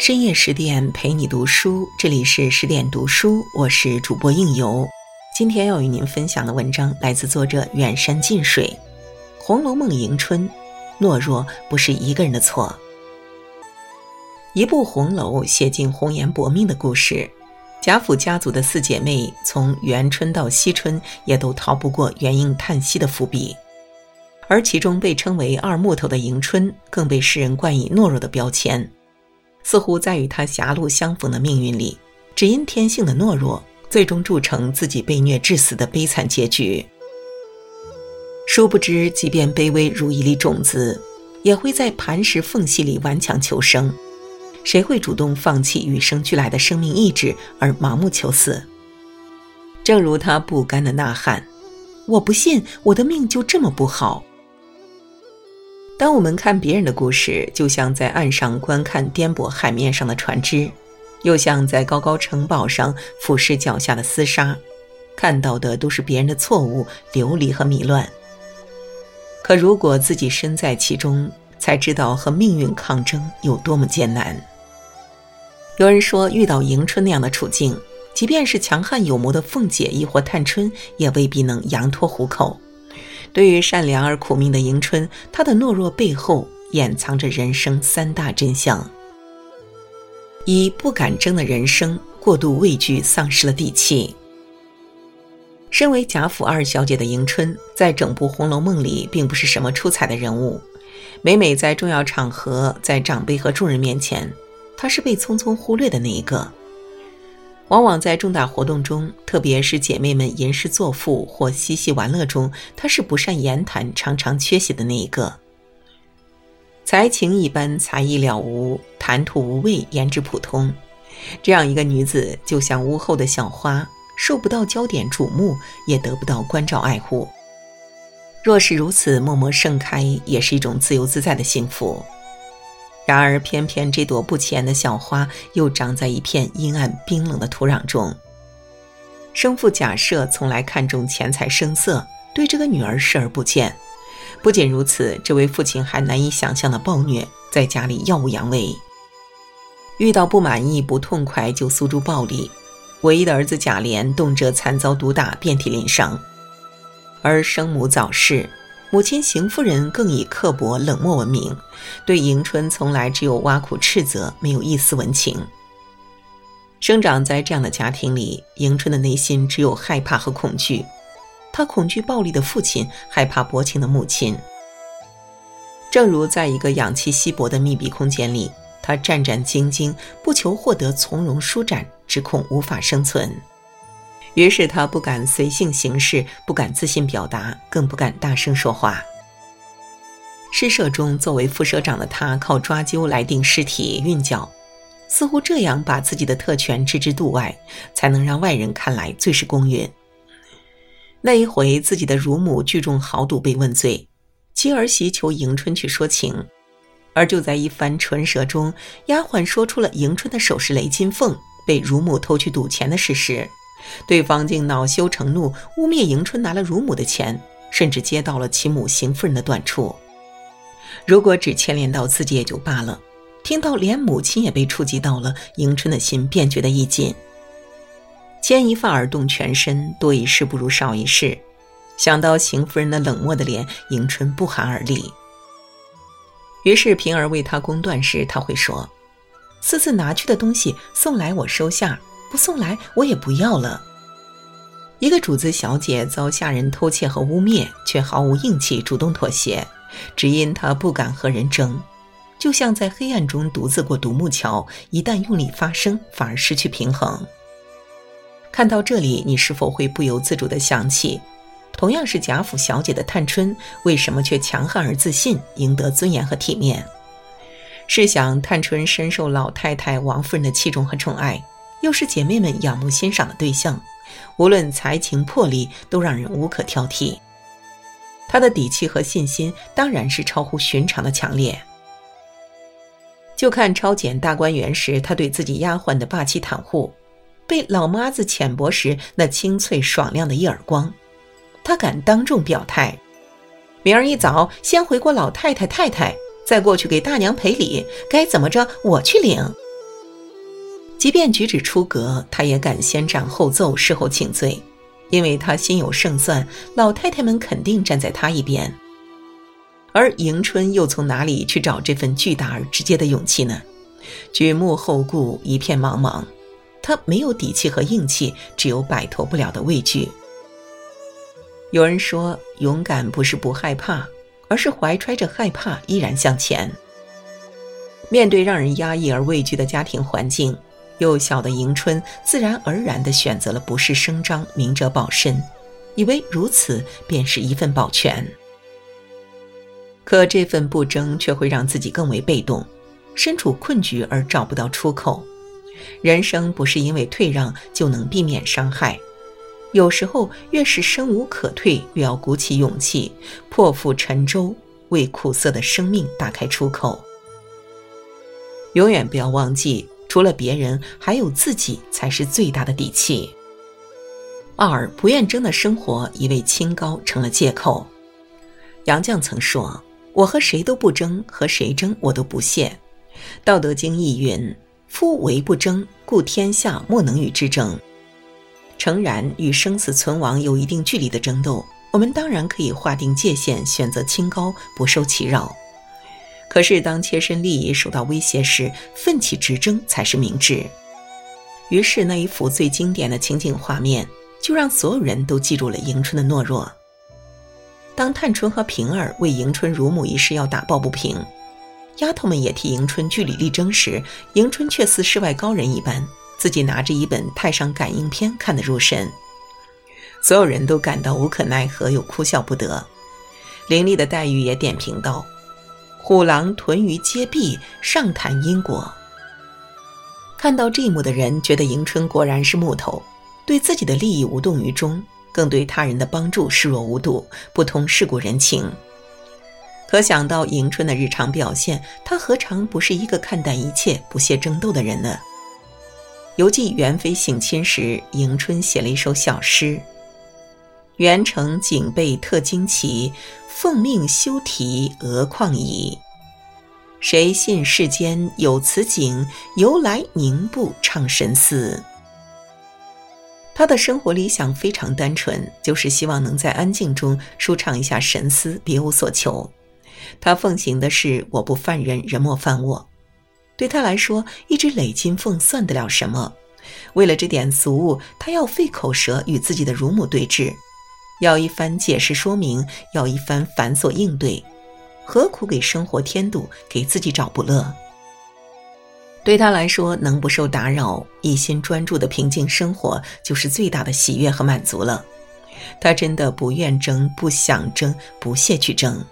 深夜10点陪你读书，这里是10点读书，我是主播应由。今天要与您分享的文章来自作者远山近水。《红楼梦》迎春，懦弱不是一个人的错。一部红楼写尽红颜薄命的故事，贾府家族的4姐妹从元春到惜春也都逃不过元婴叹息的伏笔，而其中被称为二木头的迎春更被世人冠以懦弱的标签，似乎在与她狭路相逢的命运里，只因天性的懦弱，最终铸成自己被虐致死的悲惨结局。殊不知，即便卑微如一粒种子，也会在磐石缝隙里顽强求生。谁会主动放弃与生俱来的生命意志而盲目求死？正如他不甘的呐喊：我不信我的命就这么不好。当我们看别人的故事，就像在岸上观看颠簸海面上的船只，又像在高高城堡上俯视脚下的厮杀，看到的都是别人的错误、流离和迷乱。可如果自己身在其中，才知道和命运抗争有多么艰难。有人说，遇到迎春那样的处境，即便是强悍有谋的凤姐亦或探春，也未必能羊脱虎口。对于善良而苦命的迎春，她的懦弱背后掩藏着人生3大真相：一、不敢争的人生，过度畏惧丧失了底气。身为贾府2小姐的迎春，在整部《红楼梦》里并不是什么出彩的人物，每每在重要场合，在长辈和众人面前，她是被匆匆忽略的那一个。往往在重大活动中，特别是姐妹们吟诗作赋或嬉戏玩乐中，她是不善言谈，常常缺席的那一个。才情一般，才艺了无，谈吐无味，颜值普通，这样一个女子就像屋后的小花，受不到焦点瞩目，也得不到关照爱护。若是如此默默盛开，也是一种自由自在的幸福。然而偏偏这朵不起眼的小花又长在一片阴暗冰冷的土壤中。生父贾赦从来看重钱财声色，对这个女儿视而不见。不仅如此，这位父亲还难以想象的暴虐，在家里耀武扬威，遇到不满意不痛快就诉诸暴力。唯一的儿子贾琏动辄惨遭毒打，遍体鳞伤。而生母早逝，母亲邢夫人更以刻薄冷漠闻名，对迎春从来只有挖苦斥责，没有一丝温情。生长在这样的家庭里，迎春的内心只有害怕和恐惧。她恐惧暴力的父亲，害怕薄情的母亲。正如在一个氧气稀薄的密闭空间里，她战战兢兢，不求获得从容舒展，只恐无法生存。于是他不敢随性行事，不敢自信表达，更不敢大声说话。诗社中作为副社长的他，靠抓阄来定尸体韵脚，似乎这样把自己的特权置之度外，才能让外人看来最是公允。那一回自己的乳母聚众豪赌被问罪，其儿媳求迎春去说情，而就在一番唇舌中，丫鬟说出了迎春的手是雷金凤，被乳母偷去赌钱的事实。对方竟恼羞成怒，污蔑迎春拿了乳母的钱，甚至接到了其母邢夫人的短处。如果只牵连到自己也就罢了，听到连母亲也被触及到了，迎春的心便觉得一紧。牵一发而动全身，多一事不如少一事。想到邢夫人的冷漠的脸，迎春不寒而栗。于是平儿为她公断时，她会说：私自拿去的东西送来我收下，不送来我也不要了。一个主子小姐遭下人偷窃和污蔑，却毫无硬气主动妥协，只因她不敢和人争。就像在黑暗中独自过独木桥，一旦用力发声，反而失去平衡。看到这里，你是否会不由自主地想起，同样是贾府小姐的探春，为什么却强悍而自信，赢得尊严和体面？试想，探春深受老太太王夫人的器重和宠爱，又是姐妹们仰慕欣赏的对象，无论才情魄力都让人无可挑剔。她的底气和信心当然是超乎寻常的强烈。就看抄检大观园时，她对自己丫鬟的霸气袒护，被老妈子浅薄时那清脆爽亮的一耳光，她敢当众表态：明儿一早先回过老太太太太，再过去给大娘赔礼，该怎么着我去领。 即便举止出格，他也敢先斩后奏，事后请罪，因为他心有胜算，老太太们肯定站在他一边。而迎春又从哪里去找这份巨大而直接的勇气呢？举目后顾，一片茫茫，他没有底气和硬气，只有摆脱不了的畏惧。有人说，勇敢不是不害怕，而是怀揣着害怕依然向前。面对让人压抑而畏惧的家庭环境，幼小的迎春自然而然地选择了不事声张，明哲保身，以为如此便是一份保全。可这份不争却会让自己更为被动，身处困局而找不到出口。人生不是因为退让就能避免伤害，有时候越是生无可退，越要鼓起勇气，破釜沉舟，为苦涩的生命打开出口。永远不要忘记，除了别人，还有自己才是最大的底气。2. 不愿争的生活已为清高成了借口。杨绛曾说，我和谁都不争，和谁争我都不屑。道德经亦云，夫唯不争，故天下莫能与之争。诚然，与生死存亡有一定距离的争斗，我们当然可以划定界限，选择清高，不受其扰。可是当切身利益受到威胁时，奋起直争才是明智。于是那一幅最经典的情景画面，就让所有人都记住了迎春的懦弱。当探春和平儿为迎春乳母一事要打抱不平，丫头们也替迎春据理力争时，迎春却似世外高人一般，自己拿着一本太上感应篇看得入神。所有人都感到无可奈何，又哭笑不得。伶俐的黛玉也点评道，虎狼屯于阶壁，上谈因果。看到这一幕的人觉得迎春果然是木头，对自己的利益无动于衷，更对他人的帮助视若无睹，不通世故人情。可想到迎春的日常表现，她何尝不是一个看淡一切、不屑争斗的人呢？犹记元妃省亲时，迎春写了一首小诗：元成警备特旌旗，奉命修题额旷仪。谁信世间有此景，由来宁不唱神思。他的生活理想非常单纯，就是希望能在安静中舒畅一下神思，别无所求。他奉行的是我不犯人，人莫犯我。对他来说，一只累金凤算得了什么？为了这点俗物，他要费口舌与自己的乳母对峙，要一番解释说明，要一番繁琐应对，何苦给生活添堵，给自己找不乐？对他来说，能不受打扰，一心专注的平静生活，就是最大的喜悦和满足了。他真的不愿争，不想争，不屑去争。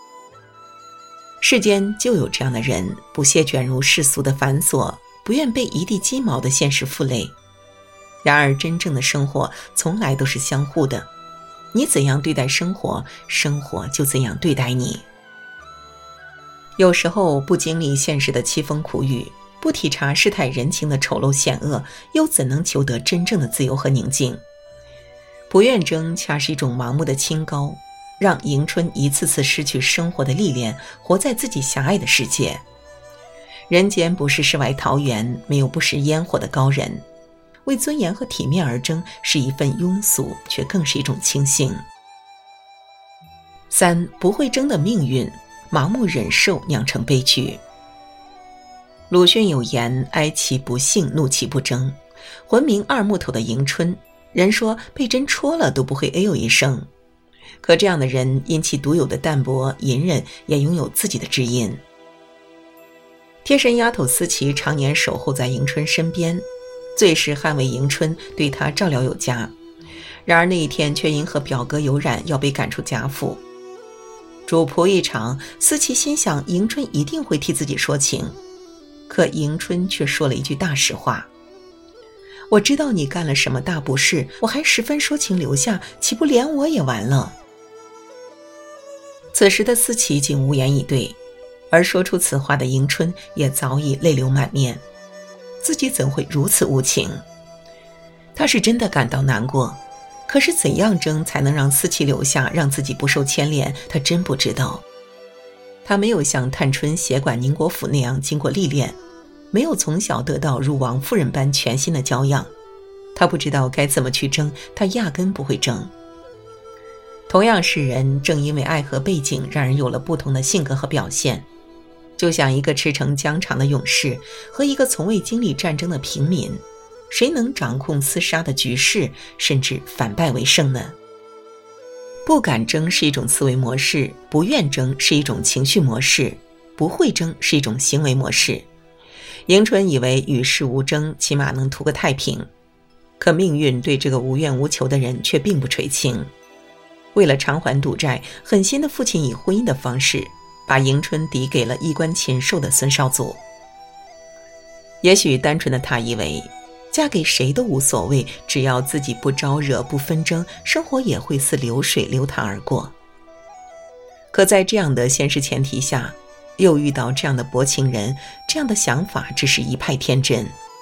世间就有这样的人，不屑卷入世俗的繁琐，不愿被一地鸡毛的现实负累。然而真正的生活从来都是相互的，你怎样对待生活，生活就怎样对待你。有时候不经历现实的凄风苦雨，不体察世态人情的丑陋险恶，又怎能求得真正的自由和宁静？不愿争恰是一种盲目的清高，让迎春一次次失去生活的历练，活在自己狭隘的世界。人间不是世外桃源，没有不食烟火的高人。为尊严和体面而争，是一份庸俗，却更是一种清醒。3. 不会争的命运，盲目忍受酿成悲剧。鲁迅有言，哀其不幸，怒其不争。浑明二木头的迎春，人说被针戳了都不会哎呦一声。可这样的人因其独有的淡泊隐忍，也拥有自己的知音。贴身丫头思琪常年守候在迎春身边，最是捍卫迎春，对她照料有加。然而那一天却因和表哥有染，要被赶出贾府。主仆一场，思琪心想迎春一定会替自己说情，可迎春却说了一句大实话：我知道你干了什么大不是，我还十分说情留下，岂不连我也完了？此时的思琪竟无言以对，而说出此话的迎春也早已泪流满面。自己怎会如此无情？他是真的感到难过，可是怎样争才能让思琪留下，让自己不受牵连，他真不知道。他没有像探春协管宁国府那样经过历练， 没有从小得到如王夫人般全心的教养，他不知道该怎么去争，他压根不会争。同样是人，正因为爱和背景让人有了不同的性格和表现。就像一个驰骋疆场的勇士和一个从未经历战争的平民，谁能掌控厮杀的局势，甚至反败为胜呢？不敢争是一种思维模式，不愿争是一种情绪模式，不会争是一种行为模式。迎春以为与世无争，起码能图个太平，可命运对这个无怨无求的人却并不垂青。为了偿还赌债，狠心的父亲以婚姻的方式把迎春抵给了衣冠禽兽的孙绍祖。也许单纯的他以为嫁给谁都无所谓，只要自己不招惹不纷争，生活也会似流水流淌而过。可在这样的现实前提下，又遇到这样的薄情人，这样的想法只是一派天真。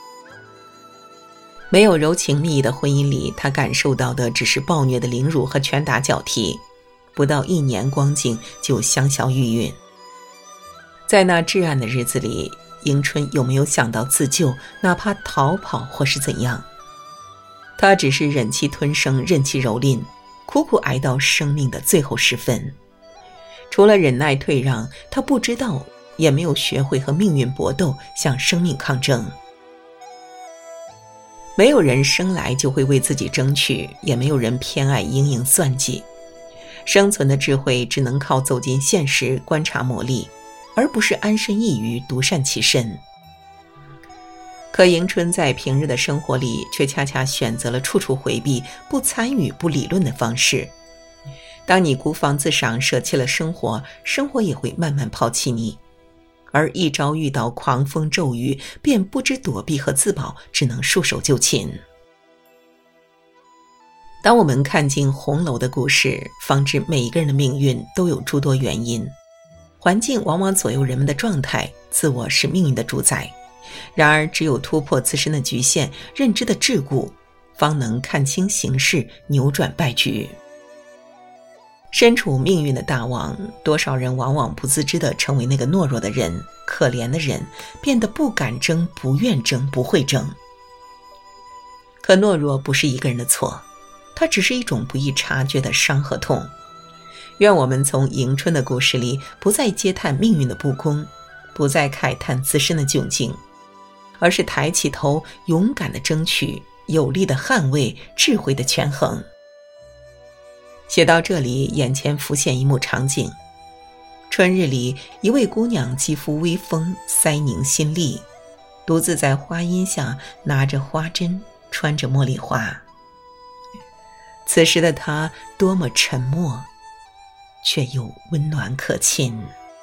没有柔情蜜意的婚姻里，他感受到的只是暴虐的凌辱和拳打脚踢，不到1年光景就香消玉殒。在那至暗的日子里，迎春有没有想到自救，哪怕逃跑或是怎样？他只是忍气吞声，任其蹂躏，苦苦挨到生命的最后时分。除了忍耐退让，他不知道，也没有学会和命运搏斗，向生命抗争。没有人生来就会为自己争取，也没有人偏爱蝇营算计。生存的智慧只能靠走进现实，观察磨砺，而不是安身一隅，独善其身。可迎春在平日的生活里，却恰恰选择了处处回避、不参与、不理论的方式。当你孤芳自赏，舍弃了生活，生活也会慢慢抛弃你。而一朝遇到狂风骤雨，便不知躲避和自保，只能束手就擒。当我们看尽红楼的故事，方知每一个人的命运都有诸多原因。环境往往左右人们的状态，自我是命运的主宰。然而只有突破自身的局限，认知的桎梏，方能看清形势，扭转败局。身处命运的大网，多少人往往不自知地成为那个懦弱的人、可怜的人，变得不敢争、不愿争、不会争。可懦弱不是一个人的错，它只是一种不易察觉的伤和痛。愿我们从迎春的故事里，不再嗟叹命运的不公，不再慨叹自身的窘境，而是抬起头，勇敢地争取，有力地捍卫，智慧地权衡。写到这里，眼前浮现一幕场景：春日里，一位姑娘肌肤微风，腮凝心力，独自在花荫下拿着花针，穿着茉莉花。此时的她多么沉默，却又温暖可亲。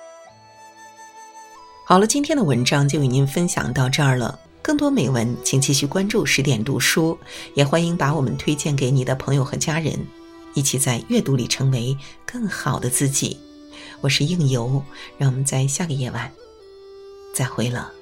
好了，今天的文章就与您分享到这儿了。更多美文，请继续关注10点读书，也欢迎把我们推荐给你的朋友和家人，一起在阅读里成为更好的自己。我是应由，让我们在下个夜晚再会了。